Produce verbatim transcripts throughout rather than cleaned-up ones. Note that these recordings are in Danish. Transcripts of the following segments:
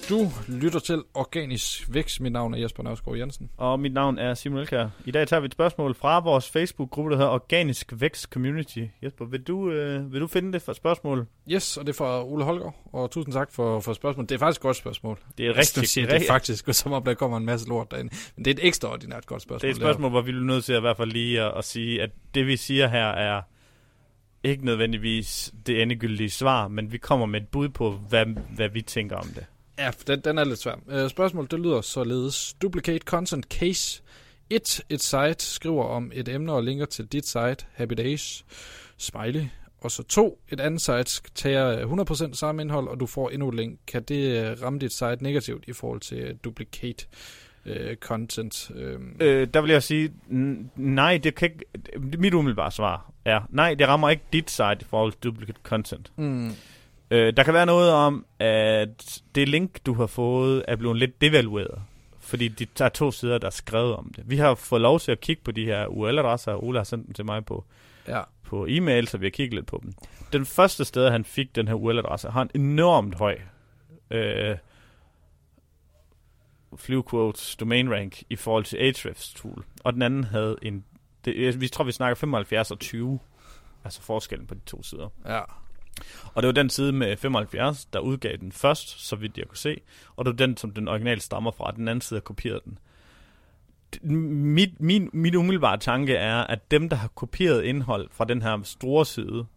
Du lytter til Organisk Vækst. Mit navn er Jesper Nørskov Jensen. Og mit navn er Simon Elkjær. I dag tager vi et spørgsmål fra vores Facebook-gruppe, der hedder Organisk Vækst Community. Jesper, vil du, øh, vil du finde det for spørgsmål? Yes, og det er fra Ole Holger. Og tusind tak for, for spørgsmålet. Det er faktisk et godt spørgsmål. Det er et rigtig siger, det er faktisk, som om der kommer en masse lort derinde. Men det er et ekstraordinært godt spørgsmål. Det er et spørgsmål, hvor vi er nødt til at i hvert fald lige at, at sige, at det vi siger her er ikke nødvendigvis det endegyldige svar, men vi kommer med et bud på, hvad, hvad vi tænker om det. Ja, den, den er lidt svær. Uh, spørgsmålet, det lyder således. Duplicate content case. et. Et site skriver om et emne og linker til dit site. Happy days. Smiley. Og så to. Et andet site tager hundrede procent samme indhold, og du får endnu et link. Kan det ramme dit site negativt i forhold til duplicate uh, content? Uh, øh, der vil jeg sige, n- nej, det kan ikke... Mit umiddelbare svar er, nej, det rammer ikke dit site i forhold til duplicate content. Mm. Øh, der kan være noget om, at det link, du har fået, er blevet lidt devalueret. Fordi de tager to sider, der er skrevet om det. Vi har fået lov til at kigge på de her U R L-adresser, og Ole har sendt dem til mig på, ja. på e-mail, så vi har kigget lidt på dem. Den første sted, han fik den her U R L-adresse, har en enormt høj øh, FluQuotes domain rank i forhold til Ahrefs tool. Og den anden havde en... Det, vi tror, vi snakker femoghalvfjerds og tyve. Altså forskellen på de to sider. Ja. Og det var den side med femoghalvfjerds, der udgav den først, så vidt jeg kunne se. Og det var den, som den originale stammer fra. Den anden side har kopieret den. Mit, min, min umiddelbare tanke er, at dem, der har kopieret indhold fra den her store side,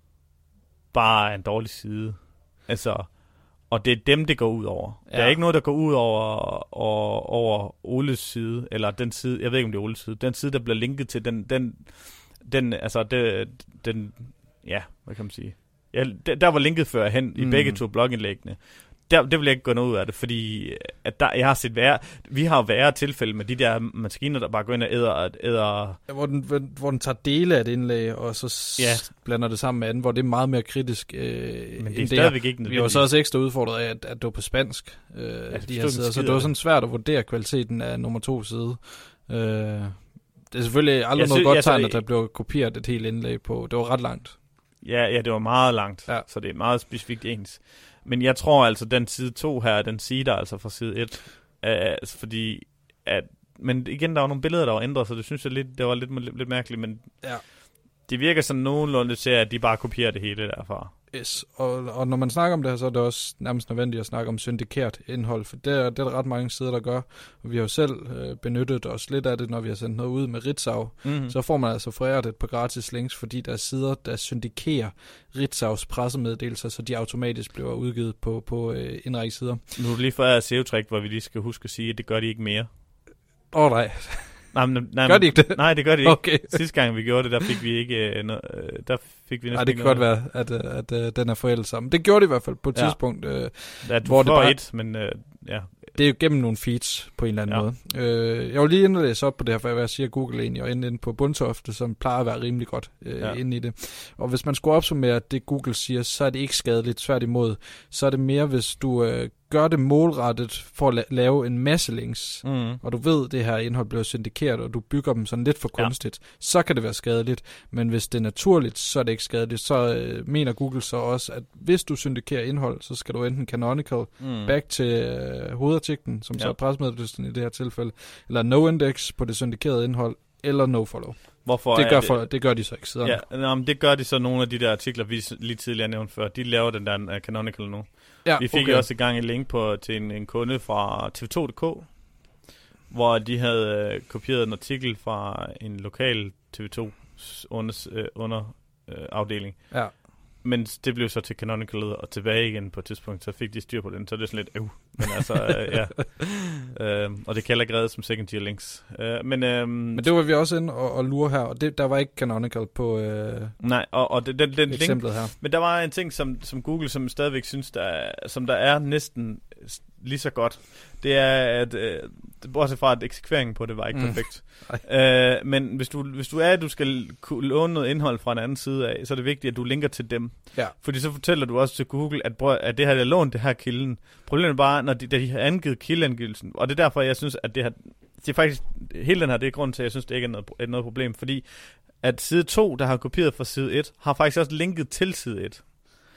bare er en dårlig side. Altså, og det er dem, det går ud over. Ja. Der er ikke noget, der går ud over, over, over Oles side, eller den side, jeg ved ikke, om det er Oles side, den side, der bliver linket til den, den, den altså, det, den, ja, hvad kan man sige? Ja, der, der var linket før hen i mm. begge to blogindlæggene. Der, det vil jeg ikke gå noget ud af det, fordi at der, jeg har set værre, vi har værre tilfælde med de der maskiner, der bare går ind og æder... æder ja, hvor, den, hvor den tager dele af et indlæg, og så ja. blander det sammen med anden, hvor det er meget mere kritisk. Øh, Men det er stadigvæk ikke nødvendigt. Vi var så også ekstra udfordret af, at, at det var på spansk, øh, ja, de her sider, så det var sådan svært at vurdere kvaliteten af nummer to side. Øh, det er selvfølgelig aldrig noget godt tegn, at der blev kopieret et helt indlæg på. Det var ret langt. Ja, ja, det var meget langt, ja. Så det er meget specifikt ens. Men jeg tror altså, den side to her, den sider altså fra side et, øh, fordi at, men igen, der var nogle billeder, der var ændret, så det synes jeg lidt, det var lidt, lidt mærkeligt, men ja. Det virker sådan nogenlunde til, at de bare kopierer det hele derfra. Yes, og, og når man snakker om det her, så er det også nærmest nødvendigt at snakke om syndikeret indhold, for det er, det er der ret mange sider, der gør, og vi har jo selv øh, benyttet os lidt af det, når vi har sendt noget ud med Ritzau, mm-hmm. så får man altså foræret et par gratis links, fordi der er sider, der syndikerer Ritzaus pressemeddelelser, så de automatisk bliver udgivet på, på øh, en række sider. Nu er det lige for S E O-trick, hvor vi lige skal huske at sige, at det gør de ikke mere. Åh oh, nej. Nej, men, nej, gør de ikke det? Nej, det gør de ikke. Okay. Sidste gang vi gjorde det, der fik vi ikke øh, noget, øh, der fik vi næsten. Nej, det kan godt være, at, at, at den er forældet sammen. Det gjorde de i hvert fald på et ja. tidspunkt, øh, ja, hvor det bare et, men øh, ja. Det er jo gennem nogle feeds på en eller anden ja. måde. Øh, jeg vil lige inde læse op på det her, for jeg siger Google egentlig, og inde, inde på Bundtofte, som plejer at være rimelig godt øh, ja. inde i det. Og hvis man skulle opsummere det, Google siger, så er det ikke skadeligt, tværtimod. Så er det mere, hvis du øh, gør det målrettet for at la- lave en masse links, mm. og du ved, at det her indhold bliver syndikeret, og du bygger dem sådan lidt for kunstigt, ja. så kan det være skadeligt. Men hvis det er naturligt, så er det ikke skadeligt. Så øh, mener Google så også, at hvis du syndikerer indhold, så skal du enten canonical, mm. back til øh, hovedartiklen, som ja. så er pressemeddelelsen i det her tilfælde, eller no-index på det syndikerede indhold, eller no-follow. Hvorfor det, gør det? For, det gør de så ikke siderne. Ja, nå, men det gør de så nogle af de der artikler, vi lige tidligere nævnte før. De laver den der uh, canonical nu. Ja, vi fik okay. også i gang en link på, til en, en kunde fra T V to punktum d k, hvor de havde uh, kopieret en artikel fra en lokal T V to under, uh, under uh, afdeling. Ja. Men det blev så til canonical og tilbage igen på et tidspunkt, så fik de styr på den, så det er sådan lidt øv. Men altså, øh, ja. Øh, og det kalder grædet som second tier links. Øh, men, øh, men det var vi også inde og, og lure her, og det, der var ikke canonical på øh, nej, og, og det, den, den eksemplet link, her. Men der var en ting, som, som Google som stadigvæk synes, der er, som der er næsten lige så godt. Det er, at øh, bortset fra, at eksekveringen på det var ikke mm. perfekt. øh, men hvis du, hvis du er, at du skal låne noget indhold fra en anden side af, så er det vigtigt, at du linker til dem. Ja. Fordi så fortæller du også til Google, at, bror, at det her er lånt, det her kilden. Problemet er bare, når de, de har angivet kildeangivelsen, og det er derfor, jeg synes, at det her, det er faktisk, hele den her, det er grunden til, at jeg synes, det ikke er noget, er noget problem, fordi at side to, der har kopieret fra side et, har faktisk også linket til side et.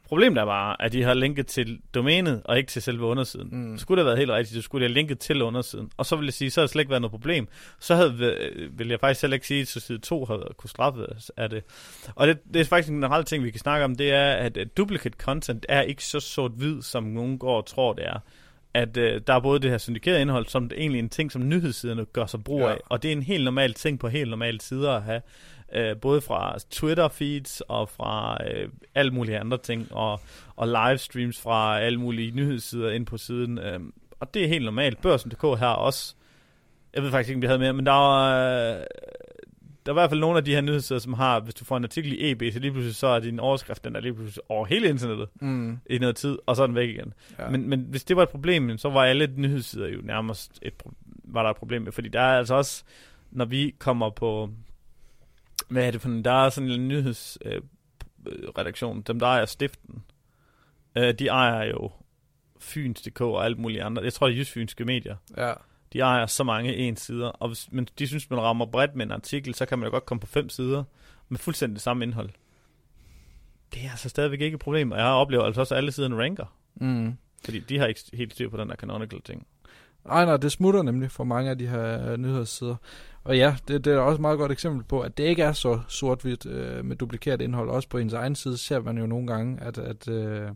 Problemet er bare, at de har linket til domænet, og ikke til selve undersiden. Mm. Skulle det have været helt rigtigt, så skulle de have linket til undersiden. Og så vil jeg sige, så har det slet ikke været noget problem. Så havde, vil jeg faktisk selv ikke sige, at side to havde kunne straffe af det. Og det, det er faktisk en generel ting, vi kan snakke om, det er, at duplicate content er ikke så sort-hvid, som nogen går og tror, det er. At øh, der er både det her syndikerede indhold, som det egentlig er en ting, som nyhedssiderne gør sig brug af. Ja. Og det er en helt normal ting på helt normale sider at have. Øh, både fra Twitter-feeds og fra øh, alle mulige andre ting, og, og livestreams fra alle mulige nyhedssider ind på siden. Øh, og det er helt normalt. Børsen punktum d k her også. Jeg ved faktisk ikke, om vi havde mere, men der var, øh, der er i hvert fald nogle af de her nyhedssider, som har, hvis du får en artikel i E B, så lige pludselig så er din overskrift, den er lige pludselig over hele internettet mm. i noget tid, og så er den væk igen. Ja. Men, men hvis det var et problem, så var alle nyhedssider jo nærmest et, var der et problem med, fordi der er altså også, når vi kommer på, hvad er det for en, der er sådan en nyhedsredaktion, øh, dem der ejer Stiften, øh, de ejer jo Fyns punktum d k og alt muligt andre, jeg tror det er Jysfynske Medier. Ja. De ejer så mange en sider, og hvis men de synes, man rammer bredt med en artikel, så kan man jo godt komme på fem sider med fuldstændig det samme indhold. Det er altså stadigvæk ikke et problem, og jeg oplever altså også, at alle siderne ranker. Mm. Fordi de har ikke helt styr på den der canonical ting. Nej, nej, det smutter nemlig for mange af de her nyhedssider. Og ja, det, det er også et meget godt eksempel på, at det ikke er så sort-hvidt øh, med duplikeret indhold. Også på ens egen side ser man jo nogle gange, at... at øh,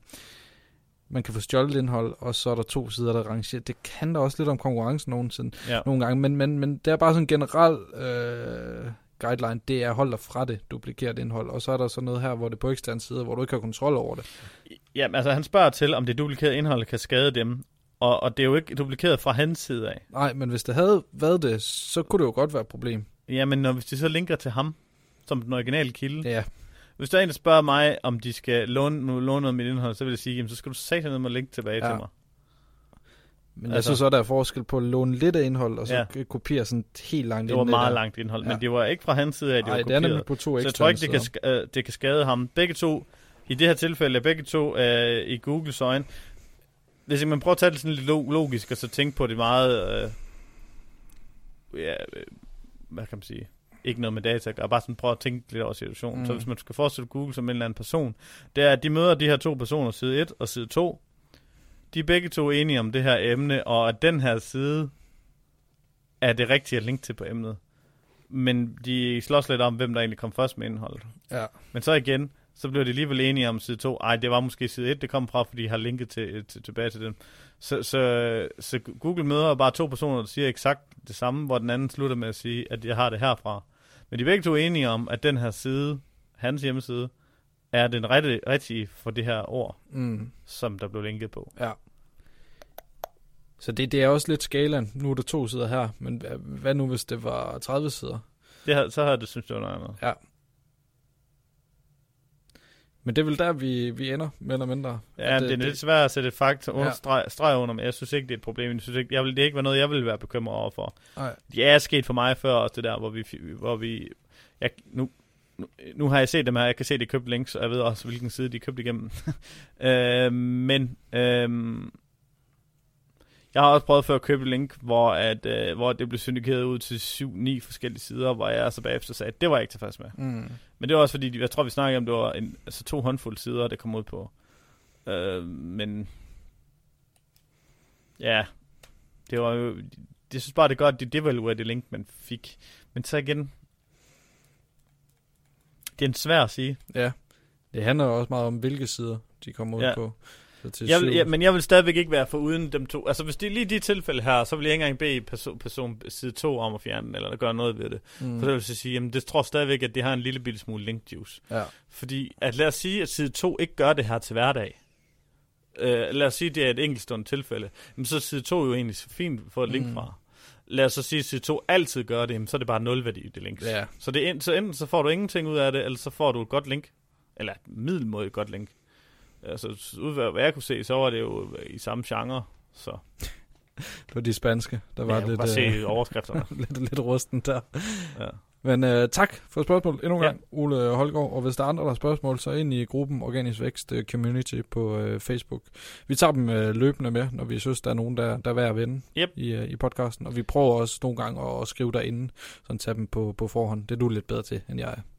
man kan få stjålet indhold, og så er der to sider, der rangerer. Det kan da også lidt om konkurrencen nogensinde, ja. nogle gange, men, men, men det er bare sådan en generel øh, guideline, det er hold dig fra det duplikeret indhold, og så er der så noget her, hvor det er på ekstern side, hvor du ikke har kontrol over det. Ja, altså han spørger til, om det duplikerede indhold kan skade dem, og, og det er jo ikke duplikeret fra hans side af. Nej, men hvis det havde været det, så kunne det jo godt være et problem. Ja, men når, hvis de så linker til ham, som den originale kilde, ja. Hvis der er en, der spørger mig, om de skal låne, låne noget af mit indhold, så vil jeg sige, jamen, så skal du satan ned med link tilbage ja. til mig. Men altså, jeg synes så, der er forskel på at låne lidt af indhold, og så ja. kopiere sådan helt langt. Det var meget der. langt indhold, ja. men det var ikke fra hans side af, det Ej, var kopieret. Det er på to så jeg tror ikke, det kan, sk- det kan skade ham. Begge to, i det her tilfælde, begge to øh, i Googles øjne. Hvis man prøver at tage det sådan lidt logisk, og så tænke på det meget, øh, ja, øh, hvad kan man sige... ikke noget med data, og bare sådan prøve at tænke lidt over situationen. Mm. Så hvis man skal forestille Google som en eller anden person, det er, at de møder de her to personer, side et og side to. De er begge to enige om det her emne, og at den her side er det rigtige at linke til på emnet. Men de slås lidt om, hvem der egentlig kom først med indholdet. Ja. Men så igen, så bliver de alligevel enige om side to. Ej, det var måske side et, det kom fra, fordi de har linket til, til, tilbage til den. Så, så, så Google møder bare to personer, der siger eksakt det samme, hvor den anden slutter med at sige, at jeg har det herfra. Men de er begge to enige om, at den her side, hans hjemmeside, er den rette, rigtige for det her ord, mm. som der blev linket på. Ja. Så det, det er også lidt skalaen. Nu er der to sider her, men hvad, hvad nu, hvis det var tredive sider? Det her, så havde det, synes jeg, noget andet. Ja. Men det er vel der, vi, vi ender, mere eller mindre. Ja, det, det er det, lidt svært at sætte et fakt under, ja. streg, streg under, men jeg synes ikke, det er et problem. Jeg synes ikke, jeg vil, det ikke var noget, jeg ville være bekymret over for. Nej. Det er sket for mig før også, det der, hvor vi... Hvor vi jeg, nu, nu, nu har jeg set dem her, jeg kan se, at de købte links, og jeg ved også, hvilken side de købte igennem. øh, men... Øh, jeg har også prøvet før at købe et link, hvor, at, øh, hvor det blev syndikeret ud til syv ni forskellige sider, hvor jeg så bagefter sagde, at det var jeg ikke tilfreds med. Mm. Men det var også fordi, jeg tror, vi snakkede om, det var en, altså to håndfulde sider, det kom ud på. Øh, men ja, det var jo, jeg synes bare, det er godt, at de devaluerede det link, man fik. Men så igen, det er en svær at sige. Ja, det handler jo også meget om, hvilke sider de kommer ud ja. på. Jeg vil, ja, men jeg vil stadigvæk ikke være for uden dem to. Altså hvis det er lige de tilfælde her, så vil jeg ikke engang bede person, person side to om at fjerne den, eller gøre noget ved det. Mm. For så vil jeg sige, jamen det tror stadigvæk, at det har en lille bitte smule link juice. Ja. Fordi at lad os sige, at side to ikke gør det her til hverdag. Uh, lad os sige, at det er et enkeltstående tilfælde. Men så er side to jo egentlig fint for et link mm. fra. Lad os så sige, at side to altid gør det, jamen, så er det bare nulværdi i det links. Ja. Så, det er, så enten så får du ingenting ud af det, eller så får du et godt link. Eller et middelmådigt godt link. Altså, ud af hvad jeg kunne se, så var det jo i samme genre, så... Det var de spanske, der var ja, lidt... Ja, bare se overskrifterne. lidt, lidt rusten der. Ja. Men uh, tak for spørgsmålet endnu en gang, ja. Ole Holgaard. Og hvis der er andre, der har spørgsmål, så ind i gruppen Organisk Vækst Community på uh, Facebook. Vi tager dem uh, løbende med, når vi synes, der er nogen, der, der er værd at vende yep. i, uh, i podcasten. Og vi prøver også nogle gange at, at skrive derinde, sådan tage dem på, på forhånd. Det er du lidt bedre til, end jeg er.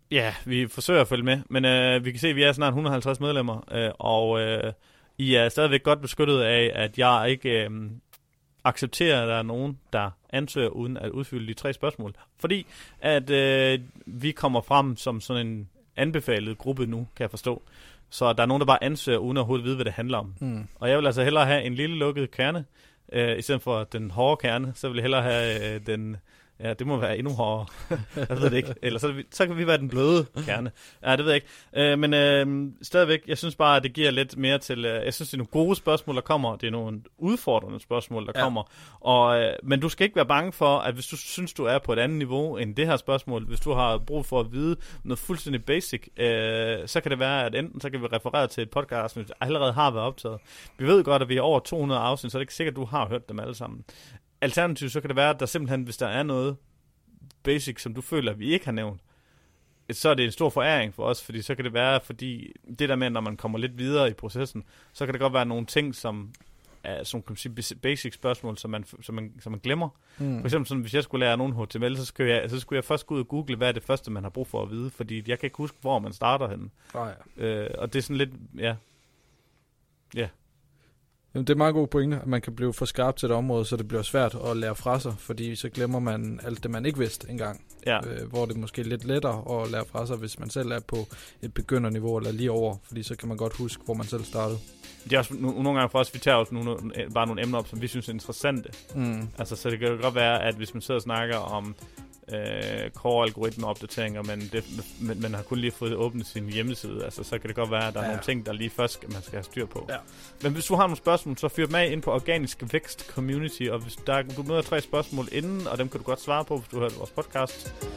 Ja, vi forsøger at følge med, men øh, vi kan se, at vi er snart et hundrede og halvtreds medlemmer, øh, og øh, I er stadigvæk godt beskyttet af, at jeg ikke øh, accepterer, at der er nogen, der ansøger uden at udfylde de tre spørgsmål. Fordi at øh, vi kommer frem som sådan en anbefalet gruppe nu, kan jeg forstå. Så der er nogen, der bare ansøger uden at overhovedet vide, hvad det handler om. Mm. Og jeg vil altså hellere have en lille lukket kerne, øh, i stedet for den hårde kerne, så vil jeg hellere have øh, den... Ja, det må være endnu hårdere. Jeg ved det ikke. Eller så, så kan vi være den bløde kerne. Ja, det ved jeg ikke. Øh, men øh, stadigvæk, jeg synes bare, at det giver lidt mere til... Øh, jeg synes, det er nogle gode spørgsmål, der kommer. Det er nogle udfordrende spørgsmål, der ja. kommer. Og, øh, men du skal ikke være bange for, at hvis du synes, du er på et andet niveau end det her spørgsmål, hvis du har brug for at vide noget fuldstændig basic, øh, så kan det være, at enten så kan vi referere til et podcast, som allerede har været optaget. Vi ved godt, at vi er over to hundrede afsnit, så er det ikke sikkert, at du har hørt dem alle sammen. Alternativt så kan det være, at der simpelthen, hvis der er noget basic, som du føler, at vi ikke har nævnt, så er det en stor foræring for os, fordi så kan det være, fordi det der med, når man kommer lidt videre i processen, så kan det godt være nogle ting, som er som kan man sige, basic spørgsmål, som man, som man, som man glemmer. Mm. For eksempel, sådan, hvis jeg skulle lære nogen H T M L, så skulle, jeg, så skulle jeg først gå ud og google, hvad er det første, man har brug for at vide, fordi jeg kan ikke huske, hvor man starter henne. Oh, ja. øh, og det er sådan lidt, ja, ja. Jamen, det er meget god pointe, at man kan blive for skarp til et område, så det bliver svært at lære fra sig, fordi så glemmer man alt det, man ikke vidste engang. Ja. Øh, hvor det er måske lidt lettere at lære fra sig, hvis man selv er på et begynderniveau eller lige over, fordi så kan man godt huske, hvor man selv startede. Det er også nogle gange for os, vi tager også nogle, bare nogle emner op, som vi synes er interessante. Mm. Altså, så det kan jo godt være, at hvis man sidder og snakker om øh, core-algoritme-opdateringer, men, det, men man har kun lige fået åbnet sin hjemmeside, altså, så kan det godt være, at der er ja. nogle ting, der lige først man skal have styr på. Ja. Men hvis du har nogle spørgsmål, så fyr dem af ind på Organisk Vækst Community, og hvis der, du møder tre spørgsmål inden, og dem kan du godt svare på, hvis du har hørt vores podcast,